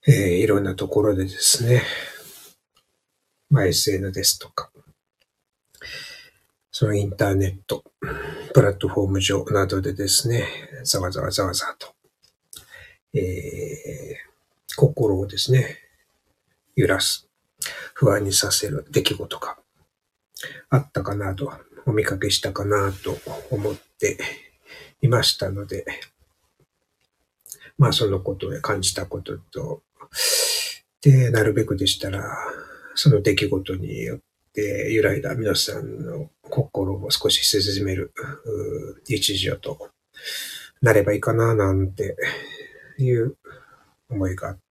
いろんなところでですね、SN ですとか、そのインターネット、プラットフォーム上などでですね、ざわざわざわざわと、心をですね、揺らす、不安にさせる出来事があったかなと、お見かけしたかなと思っていましたので、そのことで感じたことと、で、なるべくでしたら、その出来事によって揺らいだ皆さんの心を少し沈める一助となればいいかななんていう思いがあって、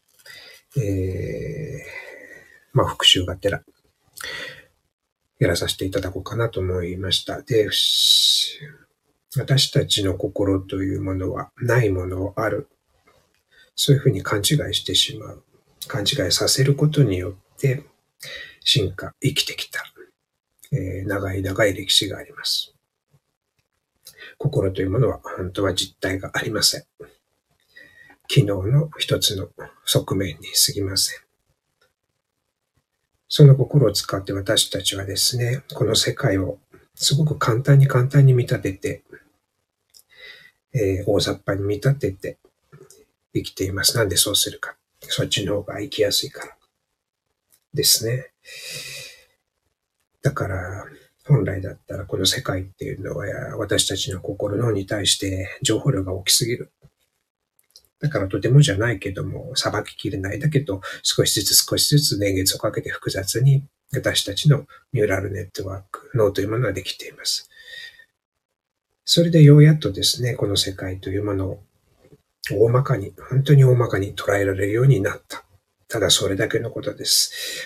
復習がてらやらさせていただこうかなと思いました。で、私たちの心というものはないものをある。そういうふうに勘違いしてしまう。勘違いさせることによって進化、生きてきた、長い長い歴史があります。心というものは本当は実体がありません。機能の一つの側面に過ぎません。その心を使って私たちはですね、この世界をすごく簡単に見立てて、大雑把に見立てて生きています。なんでそうするか。そっちの方が生きやすいからですね。だから、本来だったらこの世界っていうのは私たちの心の方に対して情報量が大きすぎる。だからとてもじゃないけども、さばききれない。だけど、少しずつ年月をかけて複雑に私たちのニューラルネットワーク、脳というものができています。それでようやっとですね、この世界というものを本当に大まかに捉えられるようになった。ただそれだけのことです。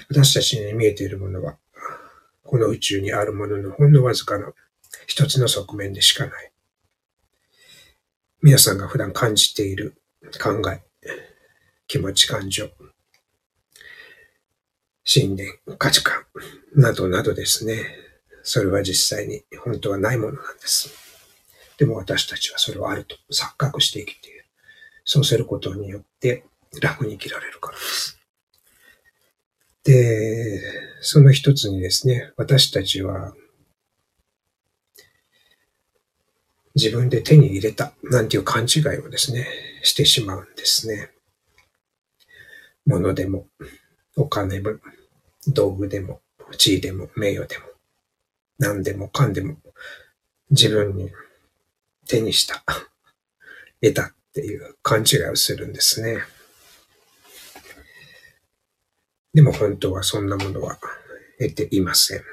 私たちに見えているものは、この宇宙にあるもののほんのわずかな一つの側面でしかない。皆さんが普段感じている考え、気持ち、感情、信念、価値観などなどですね。それは実際に本当はないものなんです。でも私たちはそれをあると錯覚して生きている。そうすることによって楽に生きられるからです。で、その一つにですね、私たちは自分で手に入れたなんていう勘違いをですね、してしまうんですね。物でも、お金も、道具でも、地位でも、名誉でも、何でもかんでも、自分に手にした、得たっていう勘違いをするんですね。でも本当はそんなものは得ていません。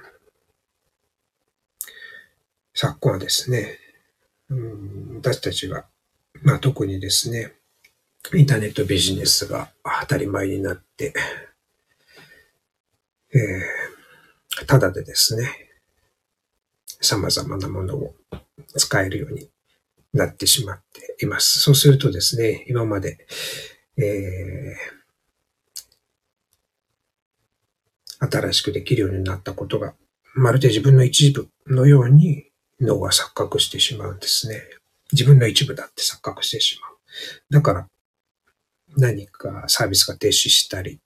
昨今はですね、私たちは、特にですね、インターネットビジネスが当たり前になって、ただでですね、様々なものを使えるようになってしまっています。そうするとですね、今まで、新しくできるようになったことが、まるで自分の一部のように脳が錯覚してしまうんですね。自分の一部だって錯覚してしまう。だから、何かサービスが停止したり、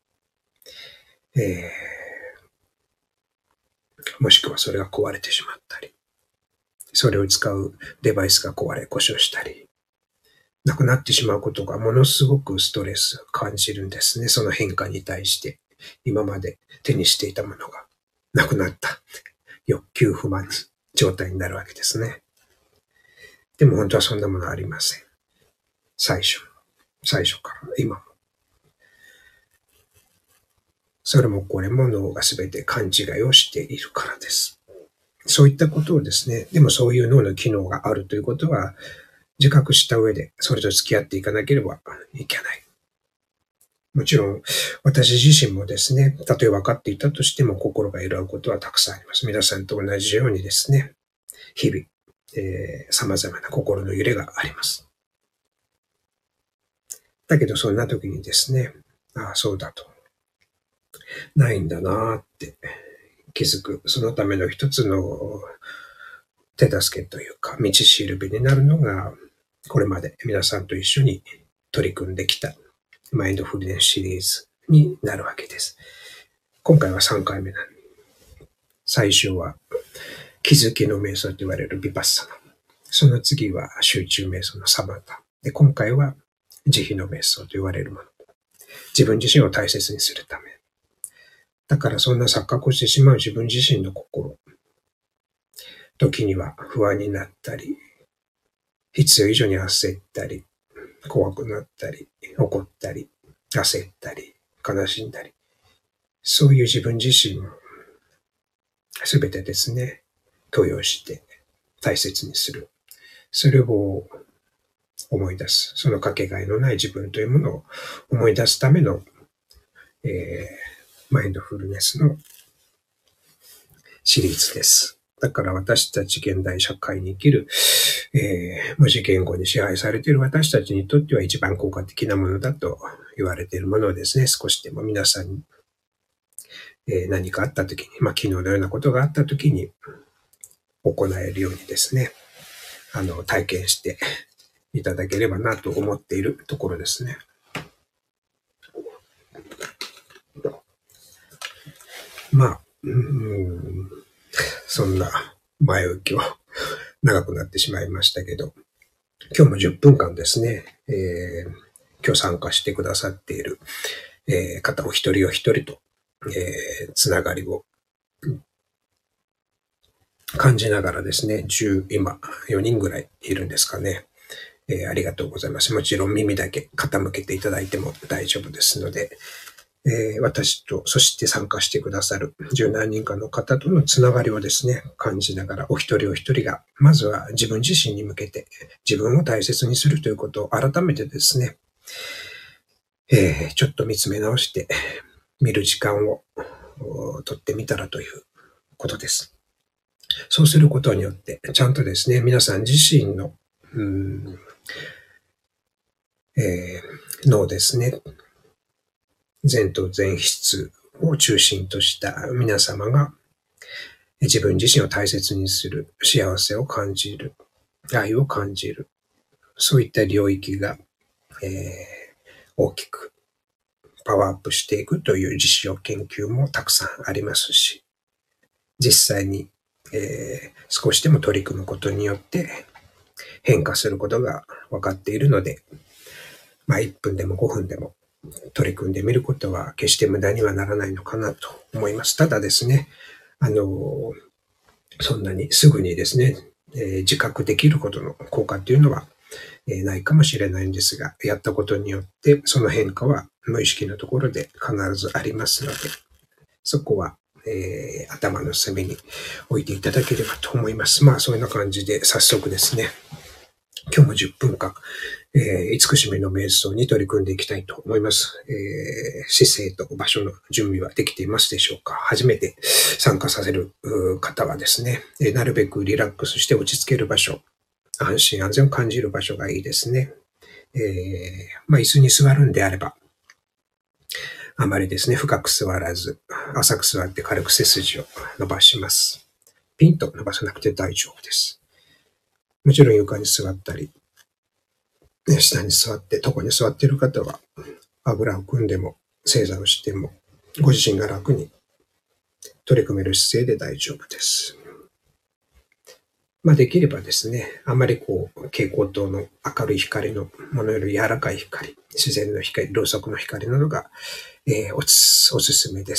もしくはそれが壊れてしまったり、それを使うデバイスが壊れ故障したり、なくなってしまうことがものすごくストレスを感じるんですね。その変化に対して、今まで手にしていたものがなくなった。欲求不満状態になるわけですね。でも本当はそんなものはありません。最初から今も。それもこれも脳が全て勘違いをしているからです。そういったことをですね、でもそういう脳の機能があるということは、自覚した上でそれと付き合っていかなければいけない。もちろん、私自身もですね、たとえ分かっていたとしても心が揺らぐことはたくさんあります。皆さんと同じようにですね、日々、様々な心の揺れがあります。だけどそんな時にですね、そうだと。ないんだなって気づく。そのための一つの手助けというか、道しるべになるのが、これまで皆さんと一緒に取り組んできたマインドフルネスシリーズになるわけです。今回は3回目なんで、最初は気づきの瞑想と言われるヴィパッサナ。その次は集中瞑想のサマタ。で、今回は慈悲の瞑想と言われるもの。自分自身を大切にするため。だからそんな錯覚をしてしまう自分自身の心。時には不安になったり、必要以上に焦ったり、怖くなったり、怒ったり、焦ったり、悲しんだり。そういう自分自身もすべてですね、許容して大切にする。それを思い出す。そのかけがえのない自分というものを思い出すための、マインドフルネスのシリーズです。だから私たち現代社会に生きる、文字言語に支配されている私たちにとっては一番効果的なものだと言われているものをですね、少しでも皆さんに、何かあったときに、昨日のようなことがあったときに行えるようにですね、体験していただければなと思っているところですね。そんな前置きを長くなってしまいましたけど、今日も10分間ですね、今日参加してくださっている、方お一人お一人と、つながりを感じながらですね、今4人ぐらいいるんですかね。ありがとうございます。もちろん耳だけ傾けていただいても大丈夫ですので、私と、そして参加してくださる十何人かの方とのつながりをですね、感じながら、お一人お一人が、まずは自分自身に向けて、自分を大切にするということを改めてですね、ちょっと見つめ直して、見る時間を取ってみたらということです。そうすることによって、ちゃんとですね、皆さん自身の、脳ですね、前頭前室を中心とした皆様が自分自身を大切にする、幸せを感じる、愛を感じる、そういった領域が、大きくパワーアップしていくという実証研究もたくさんありますし、実際に、少しでも取り組むことによって変化することが分かっているので、1分でも5分でも取り組んでみることは決して無駄にはならないのかなと思います。ただですね、そんなにすぐにですね、自覚できることの効果っていうのは、ないかもしれないんですが、やったことによってその変化は無意識のところで必ずありますので、そこは、頭の隅に置いていただければと思います。そういうような感じで早速ですね、今日も10分間、慈しみの瞑想に取り組んでいきたいと思います。姿勢と場所の準備はできていますでしょうか。初めて参加させる方はですね、なるべくリラックスして落ち着ける場所、安心安全を感じる場所がいいですね。椅子に座るんであれば、あまりですね、深く座らず、浅く座って軽く背筋を伸ばします。ピンと伸ばさなくて大丈夫です。もちろん床に座ったり、下に座って、床に座っている方は、あぐらを組んでも、正座をしても、ご自身が楽に取り組める姿勢で大丈夫です。できればですね、あまり蛍光灯の明るい光のものより柔らかい光、自然の光、ろうそくの光などが、おすすめです。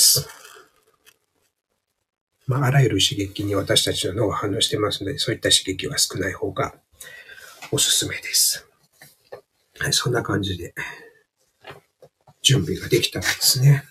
あらゆる刺激に私たちの脳が反応していますので、そういった刺激は少ない方がおすすめです。はい、そんな感じで準備ができたらですね、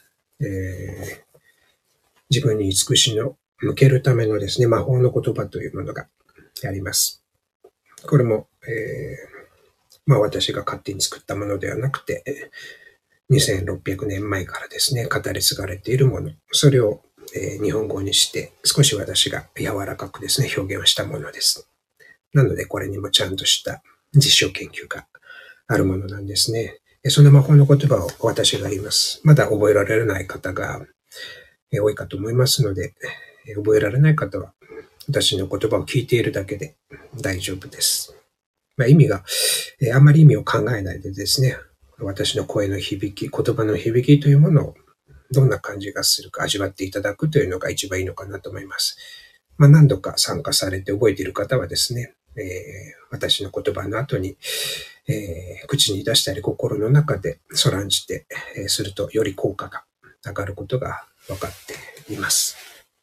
自分に慈しみを向けるためのですね、魔法の言葉というものがあります。これも、私が勝手に作ったものではなくて、2600年前からですね、語り継がれているもの、それを、日本語にして少し私が柔らかくですね、表現をしたものです。なのでこれにもちゃんとした実証研究があるものなんですね。その魔法の言葉を私が言います。まだ覚えられない方が多いかと思いますので、覚えられない方は私の言葉を聞いているだけで大丈夫です。意味が、あんまり意味を考えないでですね、 私の声の響き、言葉の響きというものをどんな感じがするか味わっていただくというのが一番いいのかなと思います。何度か参加されて覚えている方はですね、私の言葉の後に、口に出したり心の中でそらんじて、するとより効果が上がることが分かっています。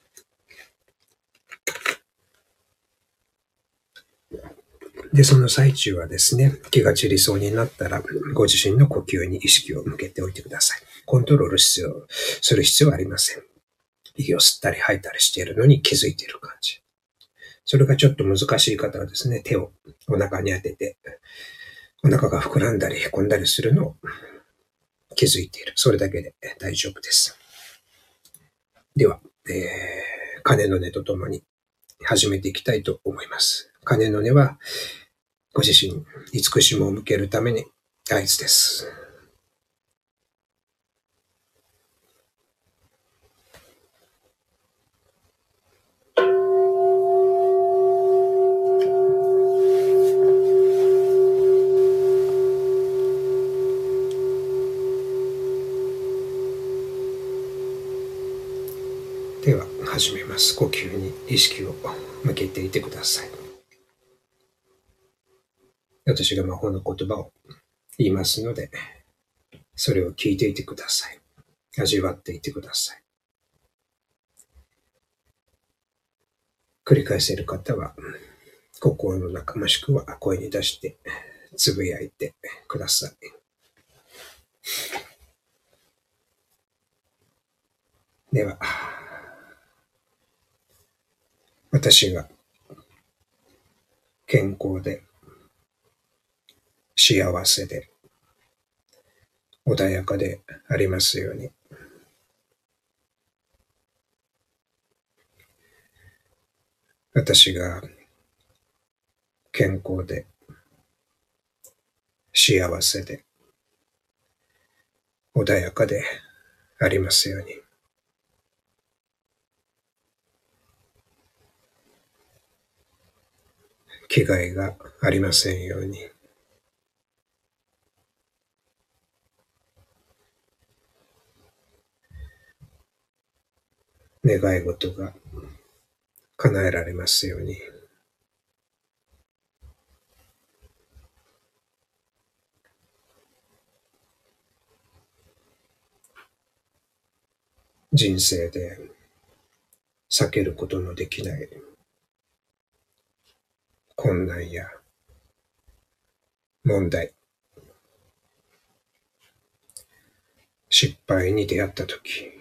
で、その最中はですね、気が散りそうになったら、ご自身の呼吸に意識を向けておいてください。コントロールする必要はありません。息を吸ったり吐いたりしているのに気づいている感じ。それがちょっと難しい方はですね、手をお腹に当てて、お腹が膨らんだりへこんだりするのを気づいている。それだけで大丈夫です。では、鐘の音とともに始めていきたいと思います。鐘の音はご自身に慈しみを向けるために合図です。では始めます。呼吸に意識を向けていてください。私が魔法の言葉を言いますので、それを聞いていてください。味わっていてください。繰り返せる方は、心の中もしくは声に出してつぶやいてください。では、私が健康で幸せで穏やかでありますように。私が健康で幸せで穏やかでありますように。危害がありませんように。願い事が叶えられますように。人生で避けることのできない困難や問題、失敗に出会ったとき、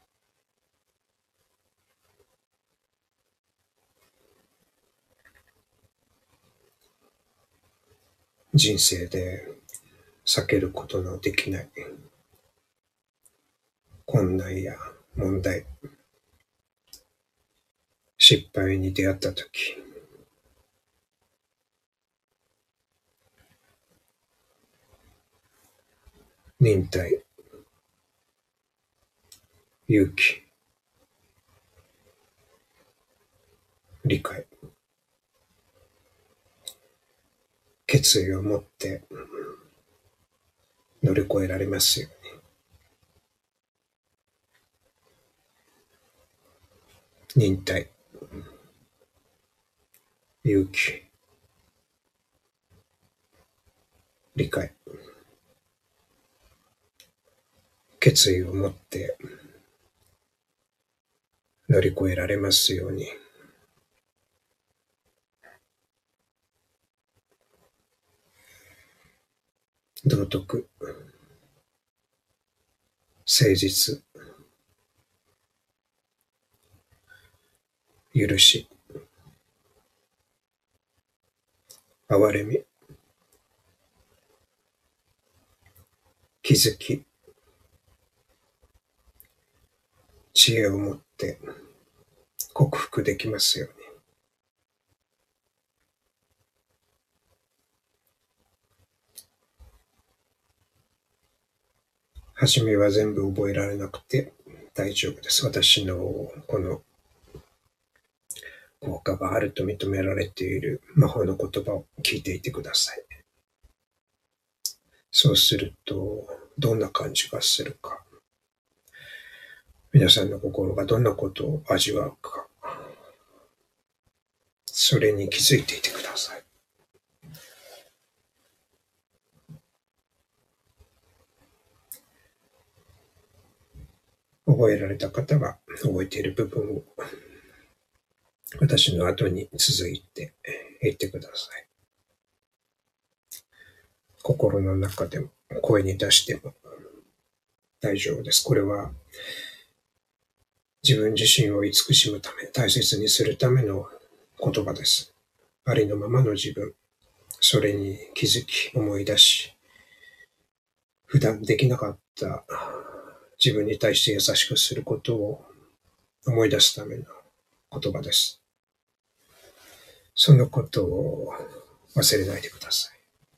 人生で避けることのできない困難や問題、失敗に出会ったとき、忍耐、勇気、理解、決意を持って乗り越えられますように。忍耐、勇気、理解、決意を持って乗り越えられますように。道徳、誠実、許し、憐れみ、気づき、知恵を持って克服できますように。初めは全部覚えられなくて大丈夫です。私のこの効果があると認められている魔法の言葉を聞いていてください。 そうすると、どんな感じがするか。皆さんの心がどんなことを味わうか。それに気づいていてください。覚えられた方が覚えている部分を私の後に続いて言ってください。心の中でも声に出しても大丈夫です。これは自分自身を慈しむため、大切にするための言葉です。ありのままの自分、それに気づき、思い出し、普段できなかった自分に対して優しくすることを思い出すための言葉です。そのことを忘れないでくださ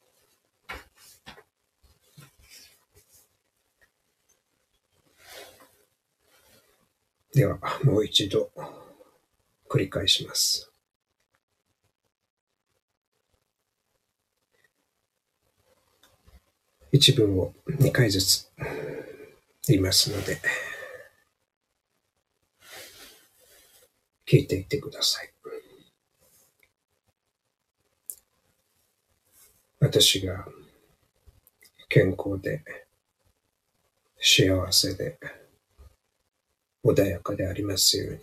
い。では、もう一度繰り返します。一文を2回ずつ言いますので、聞いていってください。私が健康で幸せで穏やかでありますように。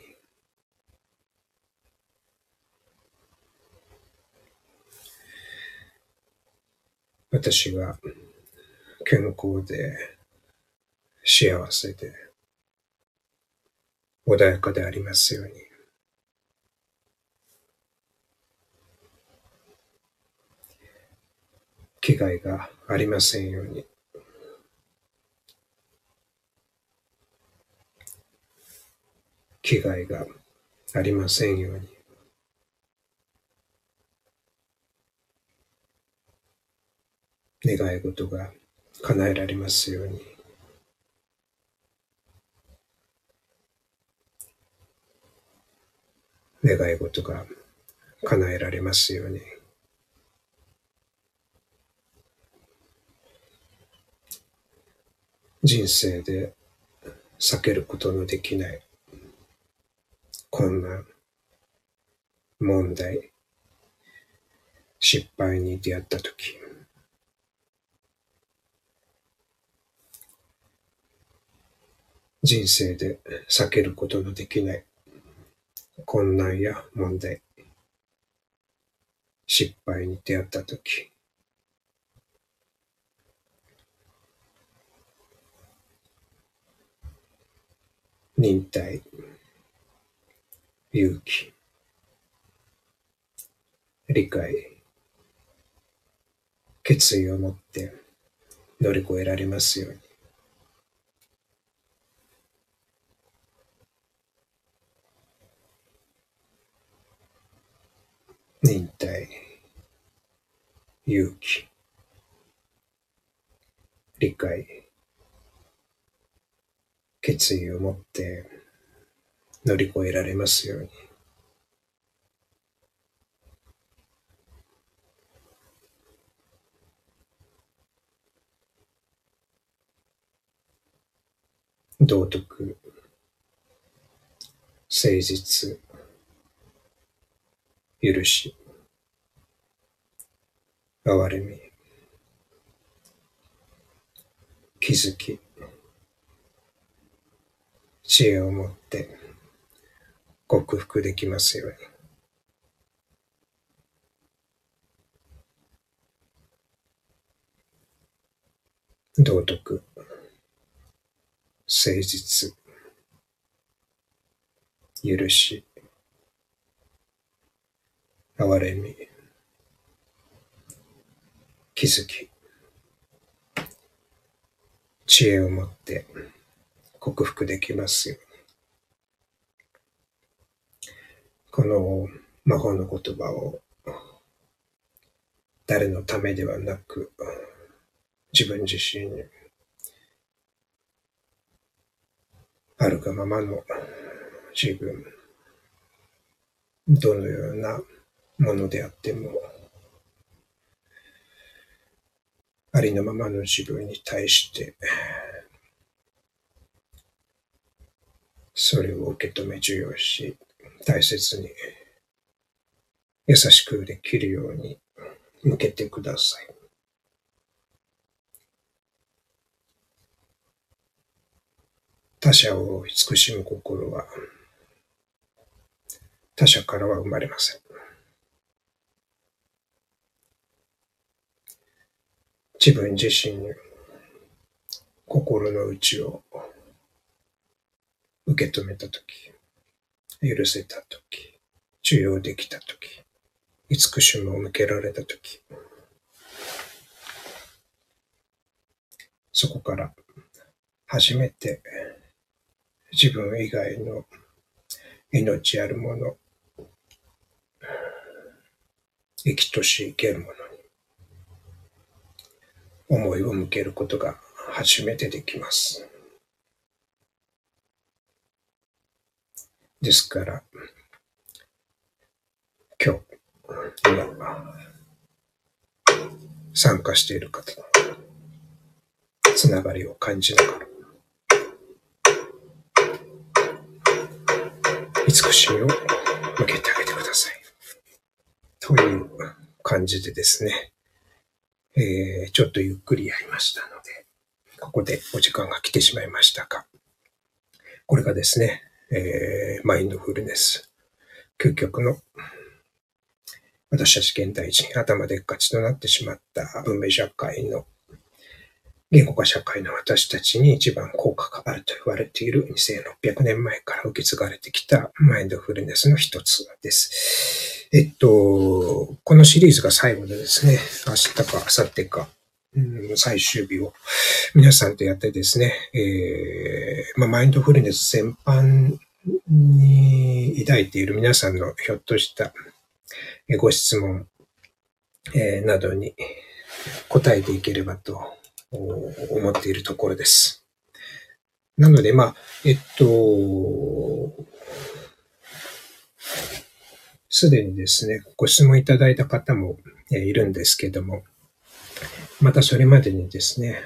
私が健康で幸せで穏やかでありますように。危害がありませんように。危害がありませんように。願い事が叶えられますように。願い事が叶えられますように。人生で避けることのできない困難、問題、失敗に出会ったとき、人生で避けることのできない困難や問題、失敗に出会ったとき、忍耐、勇気、理解、決意を持って乗り越えられますように。忍耐、勇気、理解、決意を持って乗り越えられますように。道徳、誠実、許し、憐れみ、気づき、知恵を持って克服できますように。道徳、誠実、許し、憐れみ、気づき、知恵を持って克服できますように。この魔法の言葉を誰のためではなく、自分自身にあるがままの自分、どのようなものであっても、 ありのままの自分に対して、それを受け止め受容し、大切に優しくできるように向けてください。他者を慈しむ心は他者からは生まれません。自分自身に心の内を受け止めたとき、許せたとき、受容できたとき、慈しみを向けられたとき、そこから初めて自分以外の命あるもの、生きとし生けるものに思いを向けることが初めてできます。ですから、今参加している方のつながりを感じながら、慈しみを向けてあげてください。という感じでですね、ちょっとゆっくりやりましたので、ここでお時間が来てしまいましたが、これがですね、マインドフルネス、究極の私たち現代人、頭でっかちとなってしまった文明社会の言語化社会の私たちに一番効果があると言われている2600年前から受け継がれてきたマインドフルネスの一つです。このシリーズが最後でですね、明日か明後日か、最終日を皆さんとやってですね、マインドフルネス全般に抱いている皆さんのひょっとしたご質問、などに答えていければと思っているところです。なので、すでにですね、ご質問いただいた方もいるんですけども、またそれまでにですね、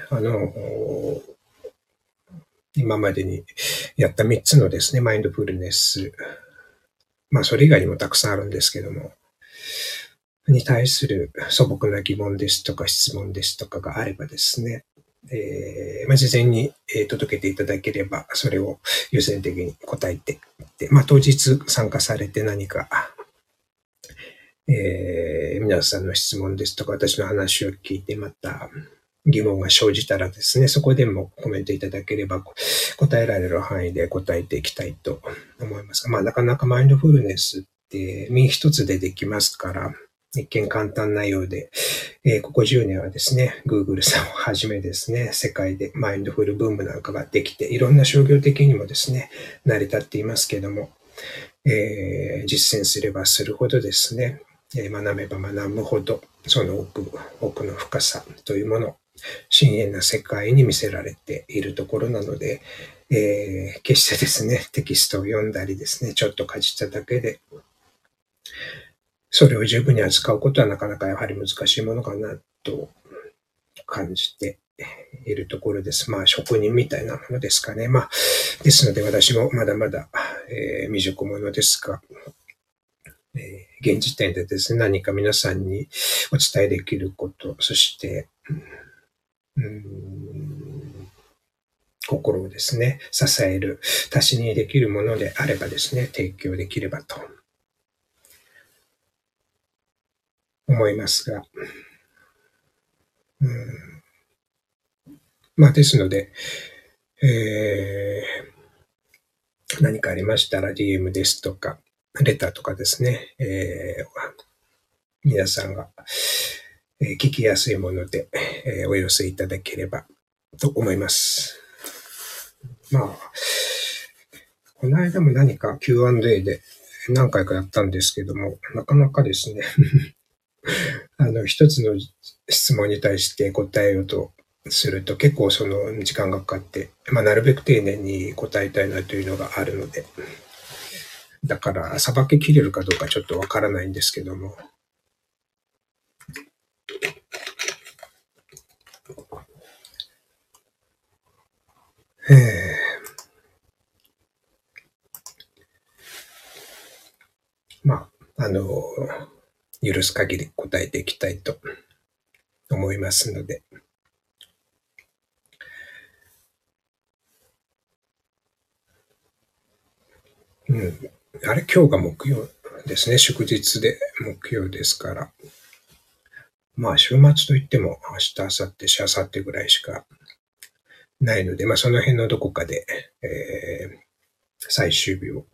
今までにやった3つのですね、マインドフルネス、それ以外にもたくさんあるんですけども、に対する素朴な疑問ですとか質問ですとかがあればですね、事前に届けていただければ、それを優先的に答えていって、当日参加されて何か、皆さんの質問ですとか、私の話を聞いてまた疑問が生じたらですね、そこでもコメントいただければ答えられる範囲で答えていきたいと思いますが、なかなかマインドフルネスって身一つでできますから、一見簡単なようで、ここ10年はですね、Google さんをはじめですね、世界でマインドフルブームなんかができて、いろんな商業的にもですね、成り立っていますけども、実践すればするほどですね、学べば学ぶほど、その奥の深さというもの、深遠な世界に見せられているところなので、決してですね、テキストを読んだりですね、ちょっとかじっただけで、それを十分に扱うことはなかなかやはり難しいものかなと感じているところです。職人みたいなものですかね。ですので私もまだまだ、未熟者ですが、現時点でですね、何か皆さんにお伝えできること、そして、心をですね、支える、足しにできるものであればですね、提供できればと思いますが、ですので、何かありましたら DM ですとか、レターとかですね、皆さんが、聞きやすいもので、お寄せいただければと思います。この間も何か Q&A で何回かやったんですけども、なかなかですね、一つの質問に対して答えようとすると結構その時間がかかって、なるべく丁寧に答えたいなというのがあるので、だからさばききれるかどうかちょっとわからないんですけども、 まあ、許す限り答えていきたいと思いますので。あれ、今日が木曜ですね。祝日で木曜ですから。まあ、週末といっても明日、明後日、しあさってぐらいしかないので、まあ、その辺のどこかで、最終日を